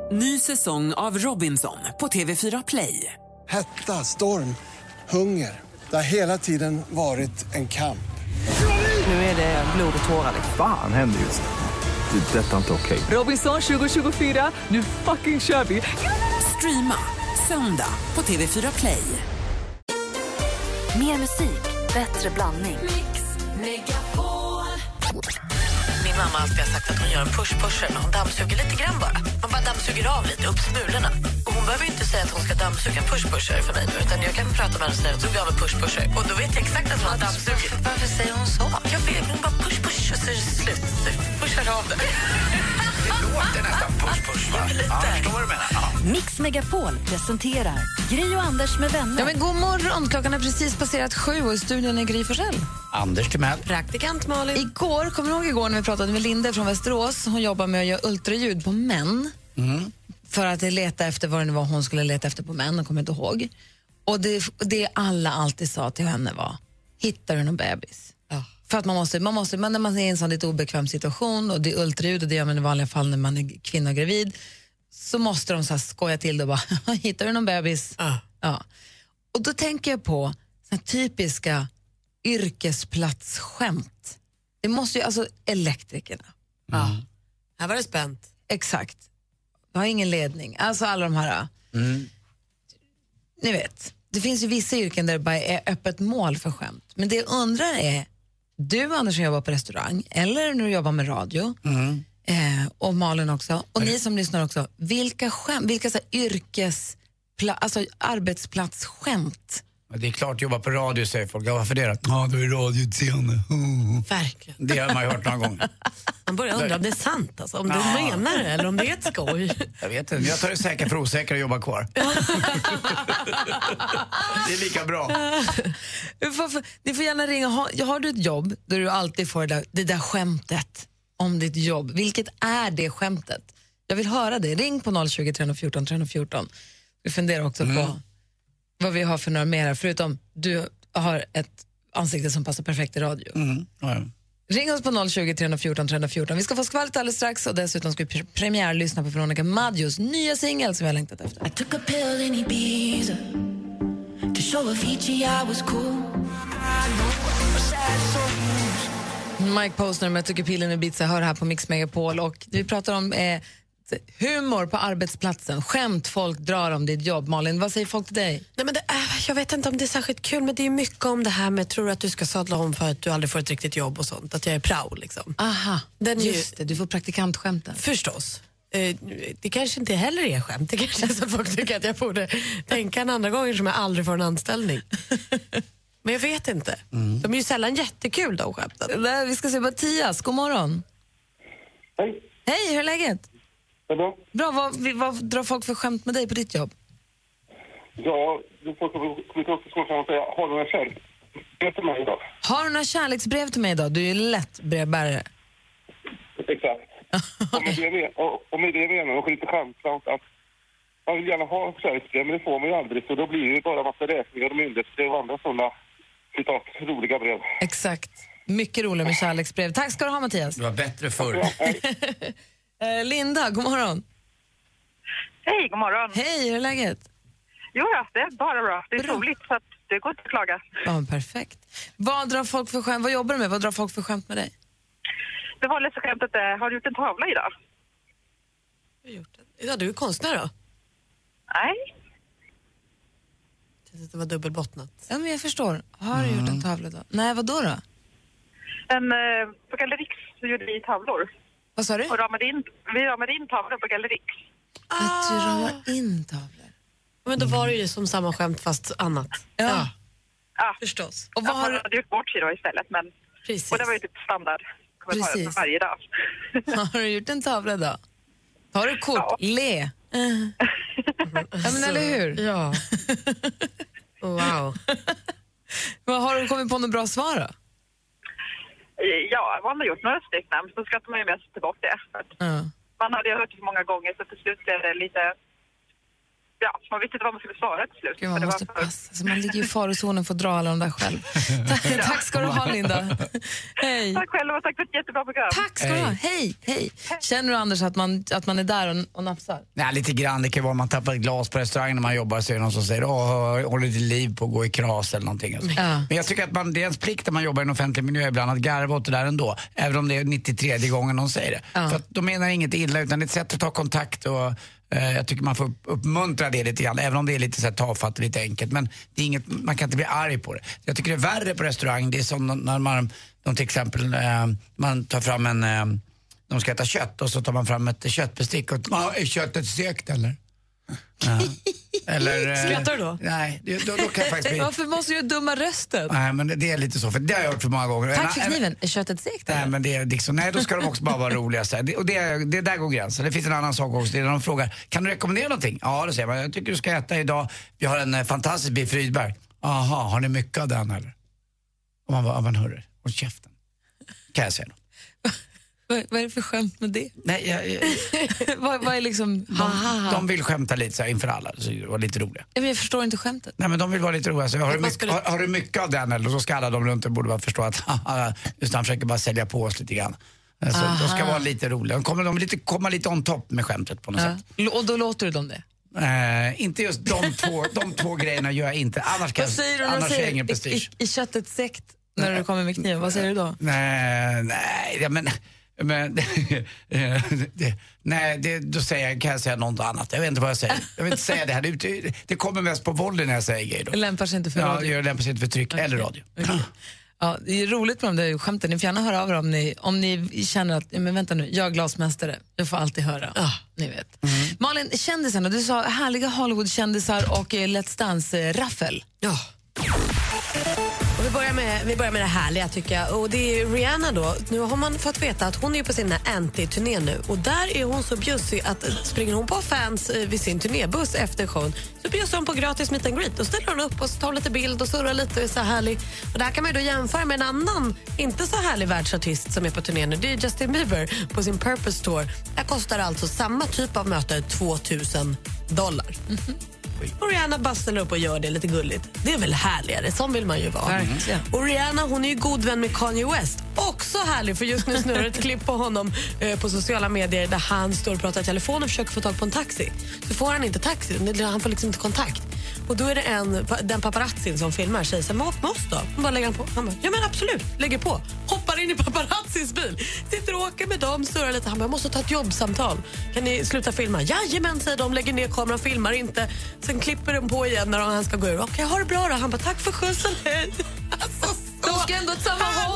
Ny säsong av Robinson på TV4 Play. Hetta, storm, hunger. Det har hela tiden varit en kamp. Nu är det blod och tårar. Fan händer just det. Det är detta inte okej. Robinson 2024, nu fucking kör vi. Streama söndag på TV4 Play. Mer musik, bättre blandning. Min mamma har alltid sagt att hon gör en push-pusher när hon dammsuger lite grann bara. Man bara dammsuger av lite, upp smulorna. Och hon behöver inte säga att hon ska dammsuga en push-pusher för mig nu, utan jag kan prata med henne och säga att hon ska av en push-pusher. Och då vet jag exakt att hon har dammsugit. Varför säger hon så? Jag vet, hon bara push-push och så är det slut. Så pushar av det. Det låter nästan push-push, va? Ja, jag förstår vad du menar. Ja. Mix Megapol presenterar Gry och Anders med vänner. Ja, men god morgon, klockan är precis passerat 7 och i studion är Gry Forssell. Anders Timell. Praktikant Malin. Kommer du ihåg igår när vi pratade med Linda från Västerås? Hon jobbar med att göra ultraljud på män. För att leta efter vad det var hon skulle leta efter på män, och kommer inte ihåg. Och det alla alltid sa till henne var: hittar du någon bebis? Ja. För att man måste, när man är i en sån lite obekväm situation och det är ultraljud, och det gör man i vanliga fall när man är kvinna och gravid, så måste de så här skoja till det och bara, hittar du någon bebis? Ja. Och då tänker jag på så här typiska yrkesplatsskämt. Det måste ju, alltså elektrikerna. Ja. Här var det spänt. Exakt. Jag har ingen ledning. Alltså alla de här. Ni vet, det finns ju vissa yrken där det bara är öppet mål för skämt. Men det jag undrar är, du Anders som jobbar på restaurang, eller när du jobbar med radio, och Malin också, och ni som lyssnar också, vilka så här alltså arbetsplatsskämt? Det är klart, jobba på radio, säger folk. Ja, varför det då? Ja, du är radioutseende. Verkligen. Det har man ju hört några gånger. Man börjar undra om det är sant, alltså, om du menar det eller om det är ett skoj. Jag vet inte, jag tar det säkert för osäkert att jobba kvar. Det är lika bra. Ni får gärna ringa. Har du ett jobb där du alltid får det där skämtet om ditt jobb? Vilket är det skämtet? Jag vill höra det. Ring på 020 314 314. Vi funderar också på vad vi har för några mer, förutom du har ett ansikte som passar perfekt i radio. Ring oss på 020 314 314. Vi ska få skvallret alldeles strax, och dessutom ska vi premiärlyssna på Veronica Maggios nya singel som vi har längtat efter. I took a pill in Ibiza to show Avicii I was cool. Mike Posner med Took a pill in Ibiza hör här på Mix Megapol, och vi pratar om humor på arbetsplatsen, skämt folk drar om ditt jobb. Malin, vad säger folk till dig? Nej, men jag vet inte om det är särskilt kul, men det är mycket om det här med, tror du att du ska sadla om för att du aldrig får ett riktigt jobb och sånt, att jag är prao liksom. Aha, just det, du får praktikantskämten. Förstås. Det kanske inte heller är skämt. Det kanske är så att folk tycker att jag borde tänka en andra gång som jag aldrig får en anställning. Men jag vet inte. De är ju sällan jättekul, de skämten. Vi ska se, Mattias, god morgon. Hej. Hej, hur är läget? Det är bra. Bra, vad drar folk för skämt med dig på ditt jobb? Ja, du får komma upp till skolan och säga, har du några kärleksbrev till mig idag? Har du några kärleksbrev till mig idag? Du är ju lätt brevbärare. Exakt. Och med det menar jag lite skämtsamt att man vill gärna ha kärleksbrev, men det får man ju aldrig, så då blir det bara massa räkningar och myndighetsbrev och andra sådana roliga brev. Exakt. Mycket roligt med kärleksbrev. Tack ska du ha, Mattias. Det var bättre förr. Linda, god morgon. Hej, god morgon. Hej, hur är läget? Jo, det är bara bra. Det är roligt, så att det går inte att klaga. Ja, perfekt. Vad drar folk för skämt? Vad jobbar du med? Vad drar folk för skämt med dig? Det vanligaste skämtet är, har du gjort en tavla idag? Ja, du är konstnär då? Nej. Det var dubbelbottnat. Ja, men jag förstår. Har du gjort en tavla då? Nej, vad då? På Gallerix så gjorde vi tavlor. Vad sa du? Och vi ramade in tavlor på Gallerix. Att du ramar in tavlor. Men då var det ju som samma skämt fast annat. Ja. Förstås. Och vad har du gjort bort sig då istället, men precis. Och det var ju typ standard. Precis. Varje dag. Har du gjort en tavla då? Tar du kort? Ja. Le. Ja, men eller hur? Ja. Wow. Har du kommit på något bra svar då? Ja, man har gjort några stycken, men så skrattar man ju mest tillbaka det. Man hade ju hört det så många gånger, så till slut blev det lite man vet inte vad man skulle svara till slut. Gud, man måste passa. Så man ligger ju i farozonen för att dra alla de där själv. Tack ska du ha, Linda. Hej. Tack själv och tack för ett jättebra program. Tack ska du ha. Hej. Känner du, Anders, att man är där och nafsar? Nej, lite grann. Det kan vara man tappar ett glas på restaurangen när man jobbar, så är det någon som säger håller ditt liv på att gå i kras eller någonting. Alltså. Ja. Men jag tycker att det är ens plikt när man jobbar i en offentlig miljö ibland att garva åt det där ändå. Även om det är 93 gången någon säger det. Ja. För att de menar inget illa, utan det är ett sätt att ta kontakt och jag tycker man får uppmuntra det lite grann, även om det är lite så här tafatt och lite enkelt. Men det är inget, man kan inte bli arg på det. Jag tycker det är värre på restaurang. Det är som när de till exempel man tar fram de ska äta kött och så tar man fram ett köttbestick och är köttet sekt eller? Ja. Eller skrattar du då? Nej, då kan jag faktiskt bli... Varför måste du dumma rösten? Nej, men det är lite så, för det har jag gjort för många gånger. Tack för kniven, är köttet sekt? Nej, men det är liksom, nej, då ska de också bara vara roliga så här. Och det där går gränsen. Det finns en annan sak också, det är när de frågar, kan du rekommendera någonting? Ja, då säger man, jag tycker du ska äta idag, vi har en fantastisk biff Rydberg. Aha, har ni mycket av den eller? Och man bara, hörru, och käften. Kan jag säga något? Vad är det för skämt med det? Nej, vad är liksom... De vill skämta lite så här inför alla, så det var lite roliga. Men jag förstår inte skämtet. Nej, men de vill vara lite roliga. Så har du mycket av den eller så ska alla de runt och borde bara förstå att just han försöker bara sälja på oss lite grann. Så de ska vara lite roliga. De kommer komma lite on top med skämtet på något sätt. Och då låter du dem det? Inte just de två grejerna gör jag inte. Annars är ingen prestige. I köttet sekt när du kommer med kniven, vad säger du då? Då kan jag säga något annat. Jag vet inte vad jag säger. Jag vill inte säga det här. Det kommer mest på volley när jag säger grejer då. Det lämpar sig inte för radio. Ja, det lämpar sig inte för tryck eller radio. Okay. Ja, det är roligt med de där skämten. Ni får gärna höra av er om ni känner att, men vänta nu, jag är glasmästare. Jag får alltid höra. Ni vet. Malin, kändisarna, du sa härliga Hollywood-kändisar och Let's Dance-raffel. Ja. Och vi börjar med det härliga tycker jag. Och det är Rihanna då. Nu har man fått veta att hon är på sin anti-turné nu. Och där är hon så bjussig att springer hon på fans vid sin turnébuss efter showen, så bjussar hon på gratis meet and greet. Och ställer hon upp och tar lite bild och surrar lite och är så härlig. Och där kan man ju då jämföra med en annan, inte så härlig världsartist som är på turné nu. Det är Justin Bieber på sin Purpose Tour. Där kostar alltså samma typ av möte $2,000. Och Rihanna bara ställer upp och gör det lite gulligt. Det är väl härligare, som vill man ju vara. Och Rihanna, hon är ju god vän med Kanye West. Också härlig, för just nu snurrar ett klipp på honom på sociala medier där han står och pratar i telefon och försöker få tag på en taxi. Så får han inte taxi, han får liksom inte kontakt. Och då är det den paparazzin som filmar säger så här, med oss då? Hon bara lägger på. Han bara, ja men absolut, lägger på. Hoppar in i paparazzins bil. Sitter och åker med dem, surrar lite. Han bara, jag måste ta ett jobbsamtal. Kan ni sluta filma? Jajamän, säger de, lägger ner kameran, filmar inte. Sen klipper de på igen när han ska gå ur. Okej, ha det bra då. Han bara, tack för skjutsen, hej. Alltså, de ska ändå åt samma håll.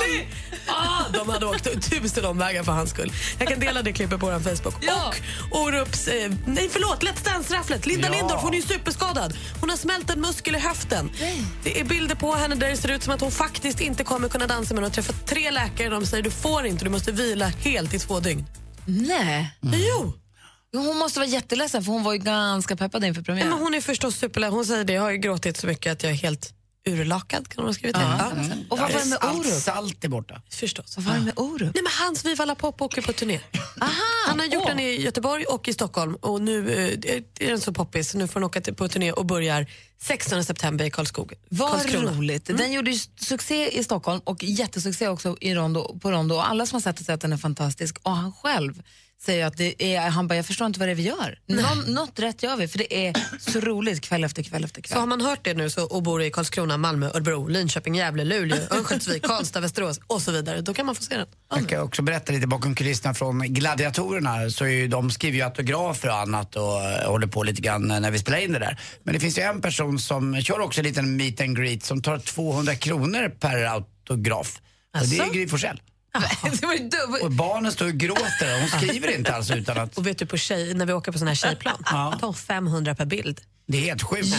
De hade åkt 1000 omvägar för hans skull. Jag kan dela det klippet på vår Facebook. Ja. Och Orups, Let's Dance-rafflet. Linda Lindorff, hon är ju superskadad. Hon har smält en muskel i höften. Det är bilder på henne där det ser ut som att hon faktiskt inte kommer kunna dansa. Men hon har träffat 3 läkare. De säger, du måste vila helt i 2 dygn. Nej. Jo. Hon måste vara jätteledsen, för hon var ju ganska peppad inför premiären. Men hon är förstås superledsen. Hon säger det, jag har ju gråtit så mycket att jag är helt urlakad, kan hon ha skrivit det. Och vad var det med Orup? Salt är borta. Förstås. Vad var det med Orup? Nej, men hans Vivala Pop åker på turné. Han har gjort den i Göteborg och i Stockholm. Och nu är den så poppis, så nu får han åka på turné och börjar 16 september i Karlskoga. Vad roligt. Den gjorde ju succé i Stockholm och jättesuccé också på Rondo. Och alla som har sett det säger att den är fantastisk. Och han själv säger att han bara, jag förstår inte vad det är vi gör. Något rätt gör vi, för det är så roligt kväll efter kväll efter kväll. Så har man hört det nu och bor i Karlskrona, Malmö, Örebro, Linköping, Gävle, Luleå, Örnsköldsvik, Karlstad, Västerås och så vidare, då kan man få se den. Jag kan också berätta lite bakom kulisserna från gladiatorerna, så de skriver ju autografer och annat och håller på lite grann när vi spelar in det där. Men det finns ju en person som kör också en liten meet and greet som tar 200 kronor per autograf. Och det är Gry Forssell. Och barnen står och gråter och hon skriver inte alls utan att... Och vet du, när vi åker på sån här tjejplan, tar 500 per bild. Det är helt sjukt.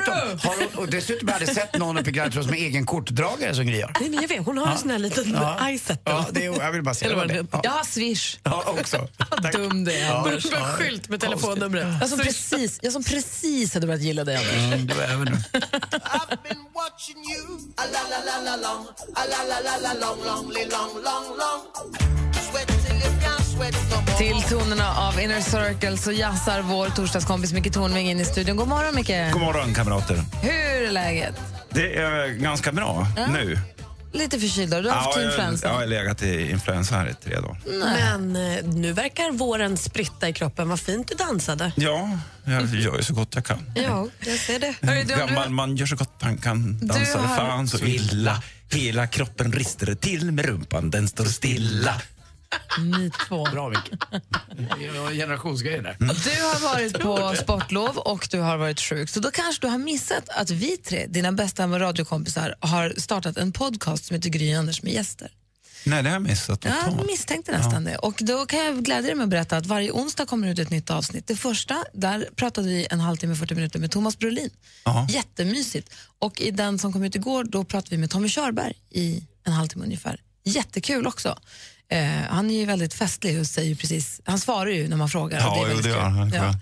Och dessutom har jag aldrig sett någon uppe i Gladiator med egen kortdragare som Gry har. Nej, men jag vet, hon har en sån här liten iSettle. Jag vill bara säga det. Jag har Swish. Ja, också. Dum det är, Anders. En skylt med telefonnumret. Jag som precis hade börjat gilla dig, Anders. Det var även nu. I've been watching you a la la la la long, a la la la la long, long, long, long, long. Sweat till you can't Till tonerna av Inner Circle så jassar vår torsdagskompis Micke Tornving in i studion. God morgon, Micke. God morgon, kamrater. Hur är läget? Det är ganska bra nu. Lite förkyld. Du har haft influensa. Jag har legat i influensa här i 3 dagar. Men nu verkar våren spritta i kroppen. Vad fint du dansade. Ja, jag gör ju så gott jag kan. Ja, jag ser det. Gammal man gör så gott han kan. Dansar fan så illa. Hela kroppen rister till med rumpan. Den står stilla. Ni två. Bra, Micke. Generationsgrejer där. Du har varit på sportlov och du har varit sjuk. Så då kanske du har missat att vi 3, dina bästa radiokompisar, har startat en podcast som heter Gry Anders med gäster. Nej, det har jag missat. Jag misstänkte nästan det. Och då kan jag glädja dig med att berätta att varje onsdag kommer ut ett nytt avsnitt. Det första, där pratade vi 1,5 timme, 40 minuter med Thomas Brolin. Jättemysigt. Och i den som kom ut igår, då pratade vi med Tommy Körberg i 1,5 timme ungefär. Jättekul också. Han är ju väldigt festlig och säger precis, han svarar ju när man frågar. Ja, och det är han. Ja.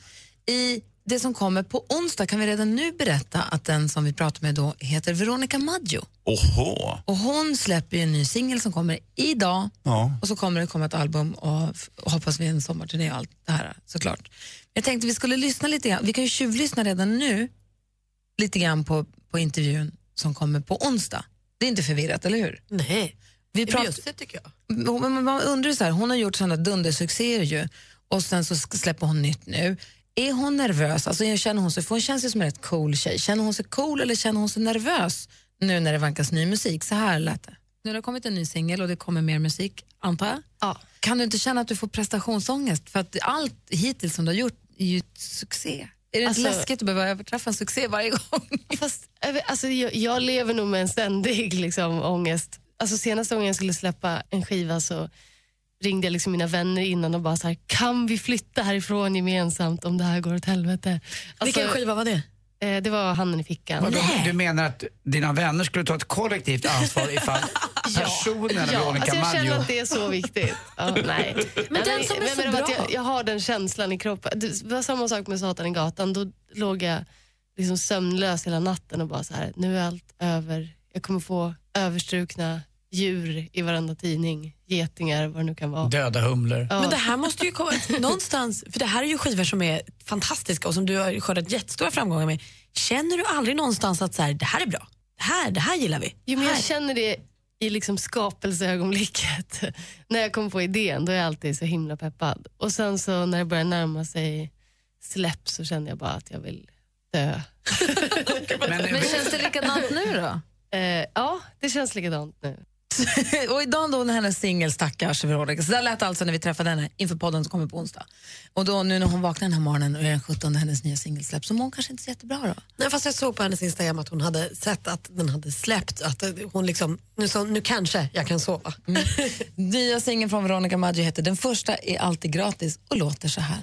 I det som kommer på onsdag kan vi redan nu berätta att den som vi pratar med då heter Veronica Maggio. Oho. Och hon släpper ju en ny singel som kommer idag. Ja. Och så kommer det komma ett album och hoppas vi en sommarturné och allt det här såklart. Jag tänkte vi skulle lyssna lite grann. Vi kan ju tjuvlyssna redan nu lite grann på intervjun som kommer på onsdag. Det är inte förvirrat, eller hur? Nej. Vi det är bjussigt, tycker jag. Men man undrar så här, hon har gjort sådana dundersuccéer ju och sen så släpper hon nytt nu. Är hon nervös? Alltså känner hon sig, för hon känns ju som en rätt cool tjej. Känner hon sig cool eller känner hon sig nervös nu när det vankas ny musik? Så här lät det. Nu har det kommit en ny singel och det kommer mer musik, antar jag. Ja. Kan du inte känna att du får prestationsångest? För att allt hittills som du har gjort är ju succé. Är det inte läskigt att behöva överträffa en succé varje gång? Fast, alltså, jag lever nog med en ständig liksom, ångest. Alltså, senaste gången jag skulle släppa en skiva så ringde jag liksom mina vänner innan och bara så här, kan vi flytta härifrån gemensamt om det här går åt helvete? Alltså, vilken skiva var det? Det var Handen i fickan. Du menar att dina vänner skulle ta ett kollektivt ansvar ifall personen Veronica alltså jag känner Maggio... att det är så viktigt. Nej. Men den som är så bra. Jag har den känslan i kroppen. Det var samma sak med Satan i gatan. Då låg jag liksom sömnlös hela natten och bara så här, nu är allt över. Jag kommer få överstrukna djur i varenda tidning, getingar, vad det nu kan vara. Döda humlor. Ja. Men det här måste ju komma någonstans, för det här är ju skivor som är fantastiska och som du har skördat jättestora framgångar med. Känner du aldrig någonstans att så här, det här är bra, det här gillar vi? Jo, men jag känner det i liksom skapelseögonblicket. När jag kom på idén, då är jag alltid så himla peppad. Och sen så när det börjar närma sig släpp så känner jag bara att jag vill dö. Men känns det likadant nu då? Ja, det känns likadant nu. Och idag då när hennes singel Stackars Veronica, så där lät alltså när vi träffade henne inför podden som kommer på onsdag. Och då nu när hon vaknar den här morgonen och är den 17 hennes nya singel släpps, så mår hon kanske inte så jättebra då. Nej, fast jag såg på hennes Instagram att hon hade sett att den hade släppt, att hon liksom, nu kanske jag kan sova. Nya singeln från Veronica Maggio heter Den första är alltid gratis och låter så här.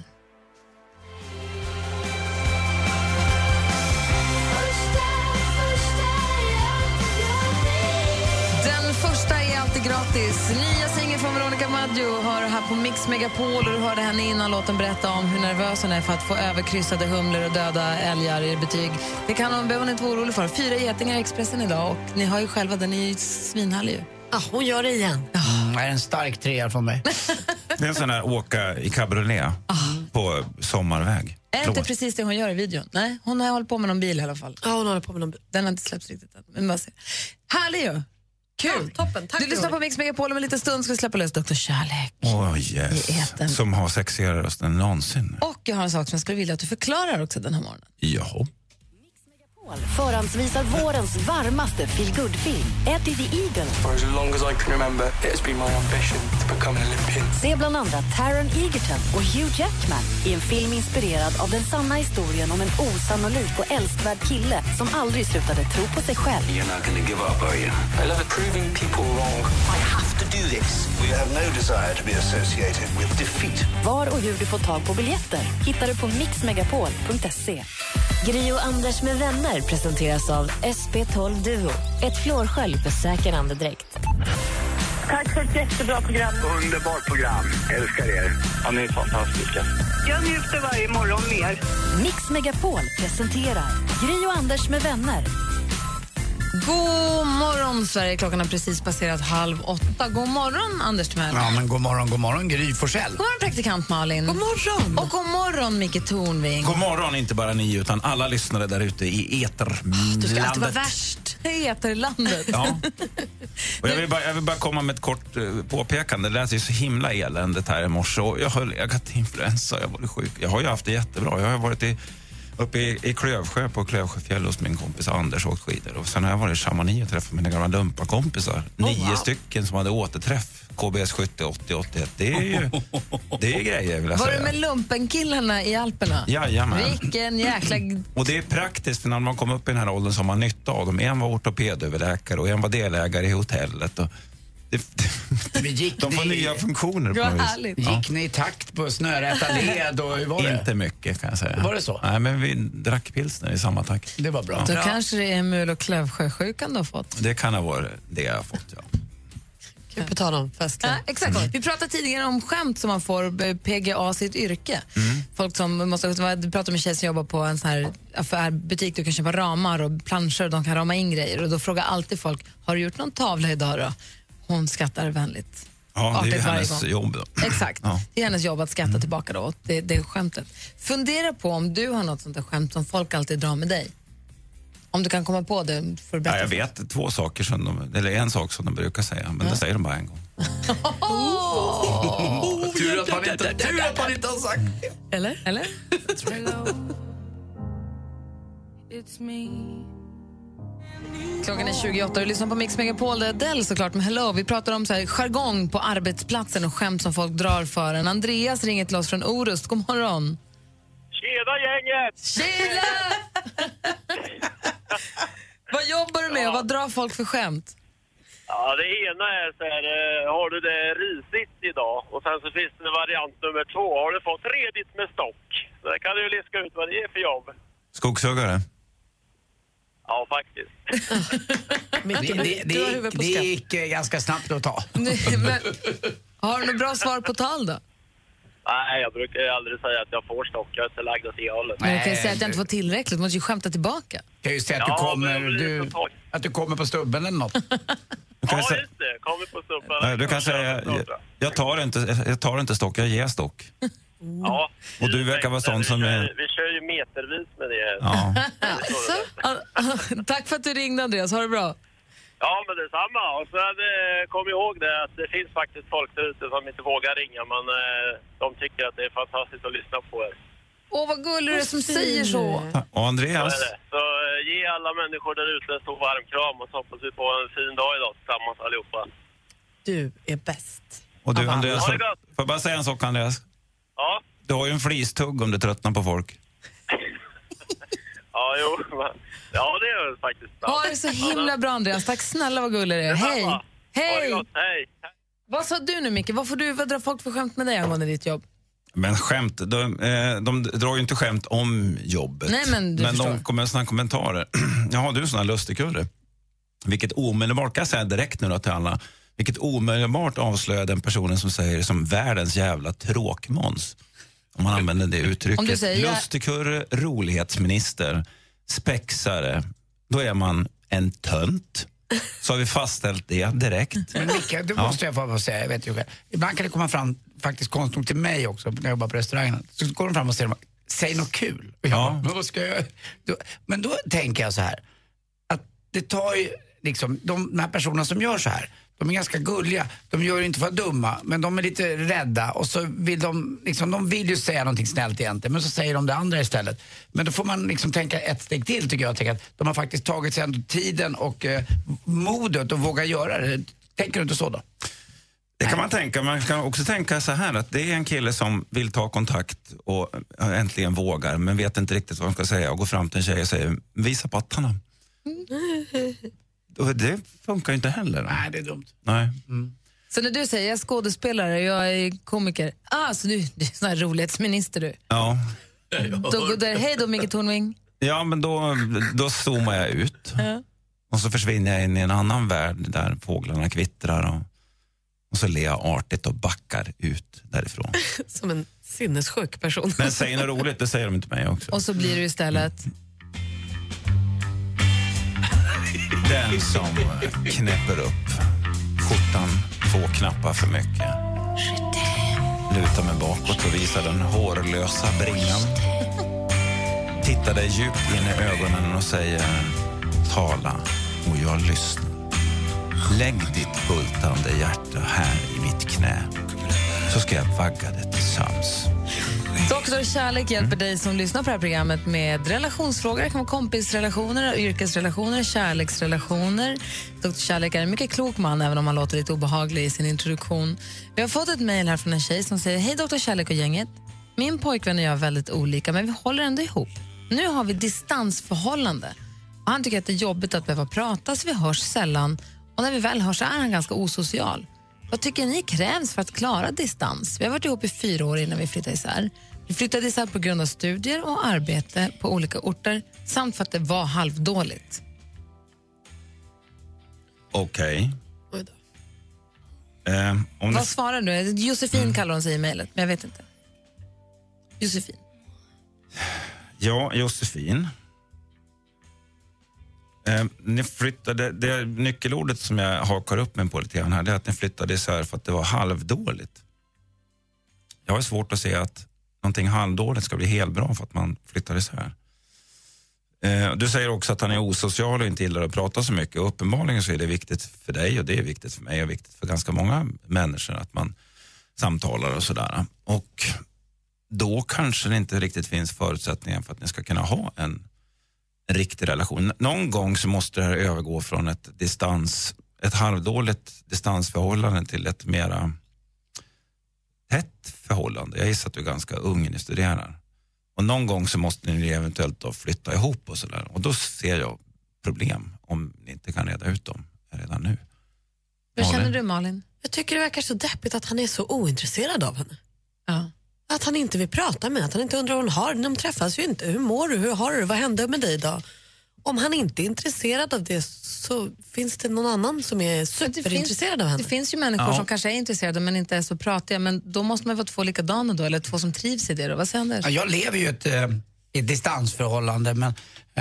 Den första är alltid gratis. Nya singeln från Veronica Maggio hör här på Mix Megapol, och du hörde henne innan låten berätta om hur nervös hon är för att få överkryssade humlor och döda älgar i betyg. Det kan hon behöva inte vara orolig för. 4 getingar i Expressen idag och ni har ju själva, den är ju svinhärlig ju. Ja, hon gör det igen. Det är en stark 3 från mig. Det är en sån här åka i cabriolet på sommarväg. Är inte precis det hon gör i videon? Nej, hon har hållit på med någon bil i alla fall. Ja, hon håller på med någon bil. Den har inte släppts riktigt än. Men bara se. Härlig ju! Kul! Ja, toppen, tack. Du lyssnar på Mix Megapol, om en liten stund ska vi släppa lös Dr. Kärlek. Yes. Som har sexigare röst än någonsin. Och jag har en sak som jag skulle vilja att du förklarar också den här morgonen. Ja. Förhandsvisar vårens varmaste feel-good-film, Eddie the Eagle. For as long as I can remember, it has been my ambition to become an Olympian. Se bland andra Taron Egerton och Hugh Jackman i en film inspirerad av den sanna historien om en osannolik och älskvärd kille som aldrig slutade tro på sig själv. You're not gonna give up, are you? I love proving people wrong. I have to do this. We have no desire to be associated with defeat. Var och hur du får tag på biljetter hittar du på mixmegapol.se. Gry och Anders med vänner presenteras av SP12 Duo. Ett flårskölj för säker andedräkt. Tack för ett jättebra program. Underbart program. Älskar er. Ja, ni är fantastiska. Jag njuter varje morgon mer. Mix Megapol presenterar Gry och Anders med vänner. God morgon, Sverige. Klockan har precis passerat 7:30. God morgon, Anders Timell. Ja, men god morgon, Gry Forssell. God morgon, praktikant Malin. God morgon. Och god morgon, Micke Tornving. God morgon, inte bara ni utan alla lyssnare där ute i eterlandet. Du ska alltid vara värst. Eterlandet. Ja. Och jag vill bara komma med ett kort påpekande. Det lät ju så himla eländigt här i morse. Och jag har legat influensa, jag var sjuk. Jag har ju haft det jättebra. Jag har varit uppe i Klövsjö på Klövsjöfjäll hos min kompis Anders och åkt skidor. Och sen har jag varit i Chamonix och träffat mina gamla lumparkompisar. 9 stycken som hade återträff. KBS 70, 80, 81. Det är grejer, vill jag säga. Var du med lumpenkillarna i Alperna? Jajamän. Vilken jäkla... Och det är praktiskt, för när man kommer upp i den här åldern så har man nytta av dem. En var ortopedöverläkare och en var delägare i hotellet. Och de får nya funktioner på något vis. Gick ni i takt på snörätta led och hur var det? Inte mycket, kan jag säga. Var det så? Nej, men vi drack pilsner i samma takt. Det var bra. Då kanske det är mul- och klövsjösjukan du har fått. Det kan ha varit det jag har fått, ja. Kul på tal om festligt. Exakt. Vi pratade tidigare om skämt som man får PGA sitt yrke. Folk som måste, du pratade med tjejer som jobbar på en sån här affärbutik, du kan köpa ramar och planscher och de kan rama in grejer. Och då frågar alltid folk, har du gjort någon tavla idag då? Hon skrattar vänligt. Ja, det är hennes jobb då. Exakt. Ja. Det är hennes jobb att skratta tillbaka då. Det är skämtet. Fundera på om du har något sånt där skämt som folk alltid drar med dig. Om du kan komma på det för att berätta. Jag vet 2 saker eller en sak som de brukar säga, men det säger de bara en gång. Tur att man inte har sagt det. Eller? It's me. Klockan är 28 och du lyssnar på Mix Megapol. Det är Adele såklart med Hello. Vi pratar om så här jargong på arbetsplatsen och skämt som folk drar för en. Andreas ringer till oss från Orust. God morgon. Tjena gänget! Tjena! Vad jobbar du med och vad drar folk för skämt? Ja, det ena är så här, har du det risigt idag? Och sen så finns det variant nummer 2. Har du fått redigt med stock? Så där kan du ju liska ut vad det är för jobb. Skogshuggare? Ja, faktiskt. Det gick ganska snabbt att ta. Men, har du något bra svar på tal då? Nej, jag brukar aldrig säga att jag får stock. Jag är inte lagd åt det hållet. Men jag kan säga att jag inte får tillräckligt. Du måste ju skämta tillbaka. Jag kan ju säga att du kommer på stubben eller något. Ja, just det. Kommer på stubben. Du kan säga, jag tar inte stock, jag ger stock. Ja. Och du verkar vara sån som är... Vi kör ju metervis med det. Ja. Tack för att du ringde, Andreas. Ha det bra. Ja, men detsamma. Och så kom ihåg det att det finns faktiskt folk där ute som inte vågar ringa, men de tycker att det är fantastiskt att lyssna på er. Åh, vad gullig du är som säger så. Och Andreas? Så ge alla människor där ute en stor varm kram och så hoppas vi på en fin dag idag tillsammans allihopa. Du är bäst. Och du, Andreas, får jag bara säga en sak, Andreas? Ja? Du har ju en flistugg om du tröttnar på folk. Ja, jo. Ja, det är det faktiskt. Ha det så himla bra, Andreas. Tack snälla, vad gullig det är. Hej! Hej! Hej! Vad sa du nu, Micke? Vad drar folk för skämt med dig angående ditt jobb? Men skämt, de drar ju inte skämt om jobbet. Nej, men de kommer med såna kommentarer. Jaha, du är sån här lustigkurre. Vilket omedelbart, kan jag säga direkt nu då till alla, vilket omedelbart avslöjar den personen som säger som världens jävla tråkmåns. Om man använder det uttrycket. Om du säger... Lustigkurre, rolighetsminister, spexare, då är man en tönt. Så har vi fastställt det direkt. Men Micke, det måste jag få säga, jag vet ju själv. Ibland kan det komma fram faktiskt konstigt till mig också när jag jobbar på restaurangen. Så går de fram och säger, säg något kul. Ja. Men vad ska jag göra? Men då tänker jag så här, att det tar ju liksom, de här personerna som gör så här, de är ganska gulliga. De gör inte för att dumma, men de är lite rädda. Och så vill de vill ju säga någonting snällt egentligen, men så säger de det andra istället. Men då får man liksom tänka ett steg till, tycker jag. Tänka att de har faktiskt tagit sig ändå tiden och modet att våga göra det. Tänker du inte så då? Det kan man tänka. Man kan också tänka så här att det är en kille som vill ta kontakt och äntligen vågar, men vet inte riktigt vad han ska säga och går fram till en tjej och säger, visa pattarna. Det funkar ju inte heller. Nej, det är dumt. Nej. Så när du säger, jag är skådespelare, jag är komiker. Så du är sån här rolighetsminister du. Ja. Hej då, Micke Tornving. Ja, men då zoomar jag ut. Ja. Och så försvinner jag in i en annan värld där fåglarna kvittrar och så ler jag artigt och backar ut därifrån. Som en sinnessjuk person. Men säg något roligt, det säger de inte mig också. Och så blir du istället... Den som knäpper upp skjortan 2 knappar för mycket. Lutar mig bakåt och visar den hårlösa bringan. Tittar dig djupt in i ögonen och säger: tala och jag lyssnar. Lägg ditt bultande hjärta här i mitt knä, så ska jag vagga det till sams. Doktor Kärlek hjälper dig som lyssnar på det här programmet med relationsfrågor. Det kan vara kompisrelationer, yrkesrelationer, kärleksrelationer. Doktor Kärlek är en mycket klok man, även om han låter lite obehaglig i sin introduktion. Vi har fått ett mejl här från en tjej som säger: hej Doktor Kärlek och gänget. Min pojkvän och jag är väldigt olika, men vi håller ändå ihop. Nu har vi distansförhållande. Och han tycker att det är jobbigt att behöva prata, så vi hörs sällan. Och när vi väl hörs så är han ganska osocial. Vad tycker ni krävs för att klara distans? Vi har varit ihop i 4 år innan vi flyttade isär. Vi flyttade isär på grund av studier och arbete på olika orter, samt för att det var halvdåligt. Okej. Vad svarar du? Josefin kallar hon sig i mejlet, men jag vet inte. Josefin. Ja, Josefin. Ni flyttade, det nyckelordet som jag hakar upp mig på lite grann här, det är att ni flyttade isär för att det var halvdåligt. Jag har svårt att se att någonting halvdåligt ska bli helt bra för att man flyttar isär. Du säger också att han är osocial och inte gillar att prata så mycket. Och uppenbarligen så är det viktigt för dig, och det är viktigt för mig och viktigt för ganska många människor att man samtalar och sådär. Och då kanske det inte riktigt finns förutsättningar för att ni ska kunna ha en riktig relation. Någon gång så måste det här övergå från ett halvdåligt distansförhållande till ett mera tätt förhållande. Jag gissar att du är ganska ung när ni studerar. Och någon gång så måste ni eventuellt då flytta ihop och sådär. Och då ser jag problem om ni inte kan reda ut dem redan nu. Hur känner du, Malin? Jag tycker det verkar så deppigt att han är så ointresserad av henne. Ja. Att han inte vill prata med, att han inte undrar hur hon har det. De träffas ju inte. Hur mår du? Hur har du? Vad hände med dig idag? Om han inte är intresserad av det, så finns det någon annan som är superintresserad av henne. Det finns ju människor som kanske är intresserade men inte är så pratiga. Men då måste man få 2 likadana då, eller 2 som trivs i det då. Vad säger Anders? Ja, jag lever ju ett distansförhållande, men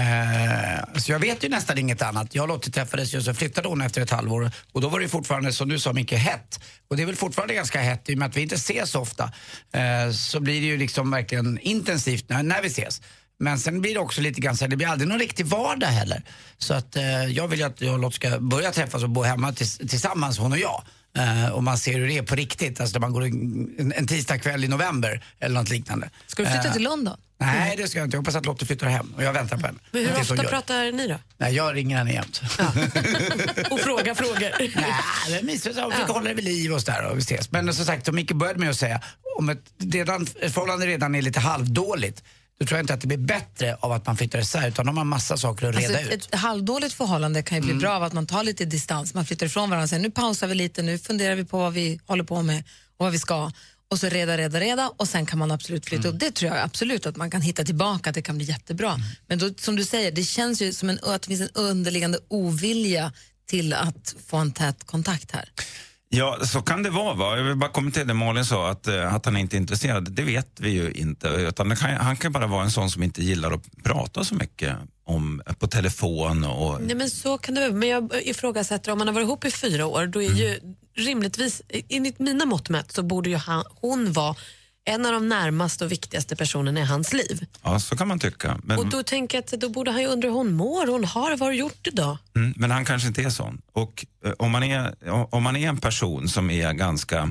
så jag vet ju nästan inget annat. Jag och Lottie träffades ju, så flyttade hon efter ett halvår, och då var det fortfarande, som du sa, mycket hett. Och det är väl fortfarande ganska hett i och med att vi inte ses så ofta. Så blir det ju liksom verkligen intensivt när vi ses. Men sen blir det också lite grann så här, det blir aldrig någon riktig vardag heller. Så att jag vill ju att jag och Lott ska börja träffas och bo hemma tillsammans, hon och jag. Och man ser hur det är på riktigt. Alltså när man går en tisdag kväll i november eller något liknande. Ska du flytta till London? Nej, det ska jag inte. Jag hoppas att Lotte flyttar hem och jag väntar på henne. Men hur ofta pratar ni då? Nej, jag ringer henne jämt. Ja. Och frågor. Nej, det är mysigt. Jag försöker hålla det vid liv och sådär, och vi ses. Men som sagt, som Micke började med att säga, om ett förhållande redan är lite halvdåligt, då tror jag inte att det blir bättre av att man flyttar isär, utan de har massa saker att reda ut. Ett halvdåligt förhållande kan ju bli bra av att man tar lite distans, man flyttar ifrån varandra och säger nu pausar vi lite, nu funderar vi på vad vi håller på med och vad vi ska, och så reda och sen kan man absolut flytta upp. Det tror jag absolut att man kan hitta tillbaka, att det kan bli jättebra. Men då, som du säger, det känns ju som att det finns en underliggande ovilja till att få en tät kontakt här. Ja, så kan det vara, va? Jag vill bara kommentera det Malin sa, att han inte är intresserad. Det vet vi ju inte. Utan han kan bara vara en sån som inte gillar att prata så mycket på telefon. Och... Nej, men så kan det vara. Men jag ifrågasätter, om man har varit ihop i 4 år, då är ju rimligtvis, enligt mina mått mätt, så borde ju hon vara en av de närmaste och viktigaste personerna i hans liv. Ja, så kan man tycka. Men... Och då tänker jag att då borde han ju undra hur hon mår, vad har du gjort idag? Men han kanske inte är sån. Och om man är en person som är ganska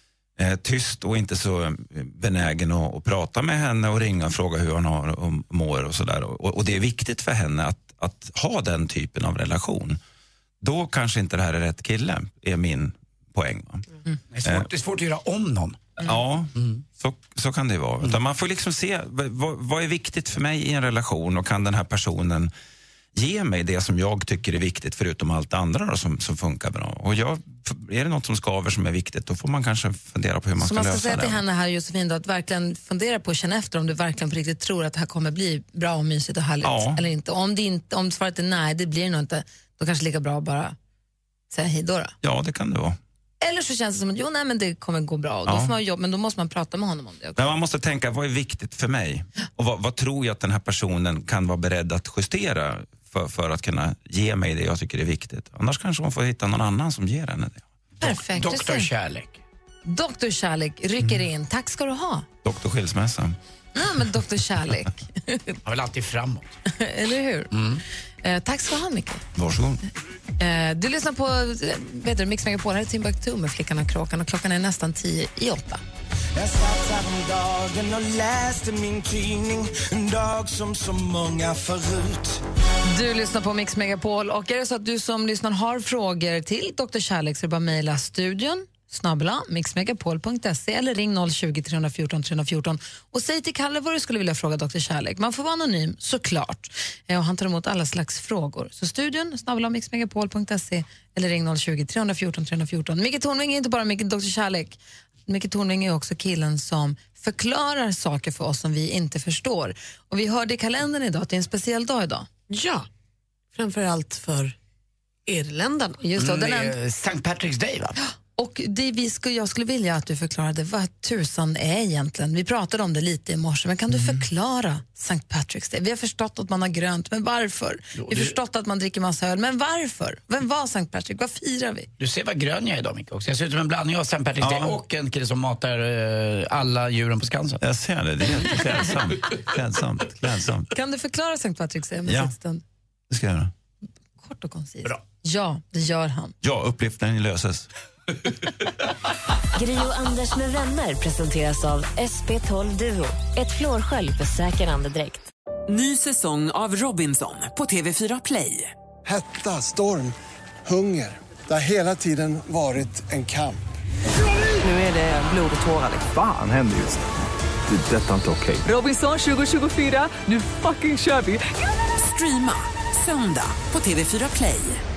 tyst och inte så benägen att prata med henne och ringa och fråga hur han har och mår och sådär. Och det är viktigt för henne att ha den typen av relation. Då kanske inte det här är rätt kille, är min poäng. Va? Det är svårt att göra om någon. Ja, så kan det vara. Utan man får liksom se, vad är viktigt för mig i en relation, och kan den här personen ge mig det som jag tycker är viktigt förutom allt andra då, som funkar bra. Och är det något som skaver som är viktigt, då får man kanske fundera på hur man ska lösa det. Så man ska säga till henne här, Josefin, då, att verkligen fundera på och känna efter om du verkligen på riktigt tror att det här kommer bli bra och mysigt och härligt eller inte. Och om svaret är nej, det blir nog inte, då kanske lika bra att bara säga hej då. Ja, det kan det vara. Eller så känns det som att men det kommer gå bra. Då får man jobba, men då måste man prata med honom om det också. Man måste tänka, vad är viktigt för mig? Och vad tror jag att den här personen kan vara beredd att justera för att kunna ge mig det jag tycker är viktigt. Annars kanske hon får hitta någon annan som ger henne det. Perfekt. Doktor Kärlek. Doktor Kärlek rycker in. Tack ska du ha. Doktor Skilsmässa. Ja, men Doktor Kärlek. Jag vill alltid framåt. Eller hur? Tack ska du ha, Micke. Varsågod. Du lyssnar på Mix Megapol. Här är Timbuktu med Flickan och Kråkan och klockan är nästan 7:50. Jag satt häromdagen och läste min tidning, en dag som så många förut. Du lyssnar på Mix Megapol och är det så att du som lyssnar har frågor till Dr. Kärlek så är det bara mejla studion @mixmegapol.se eller ring 020-314 314 och säg till Kalle vad du skulle vilja fråga Dr. Kärlek. Man får vara anonym, såklart. Och han tar emot alla slags frågor. Så studion @mixmegapol.se eller ring 020-314 314. Micke Tornving är inte bara Dr. Kärlek. Micke Tornving är också killen som förklarar saker för oss som vi inte förstår. Och vi hörde i kalendern idag att det är en speciell dag idag. Ja, framförallt för irländarna. Just det, St. Patrick's Day, va? Och jag skulle vilja att du förklarade vad tusan är egentligen. Vi pratade om det lite i morse, men kan du förklara St. Patrick's Day? Vi har förstått att man har grönt, men varför? Vi har förstått att man dricker massa öl, men varför? Vem var St. Patrick? Vad firar vi? Du ser vad grön jag är idag, Micke, också. Jag ser ut som en blandning av St. Patrick's Day och en kille som matar alla djuren på Skansen. Jag ser det, det är helt klädsamt. Kan du förklara St. Patrick's Day? Ja, det ska jag göra. Kort och koncist. Bra. Ja, det gör han. Ja, uppgiften löses. Gri och Anders med vänner presenteras av SP12 Duo. Ett flårskölj för säker andedräkt. Ny säsong av Robinson på TV4 Play. Hetta, storm, hunger. Det har hela tiden varit en kamp. Nu är det blod och tårar. Fan händer just det. Det är detta inte okej. Robinson 2024, nu fucking kör vi. Streama söndag på TV4 Play.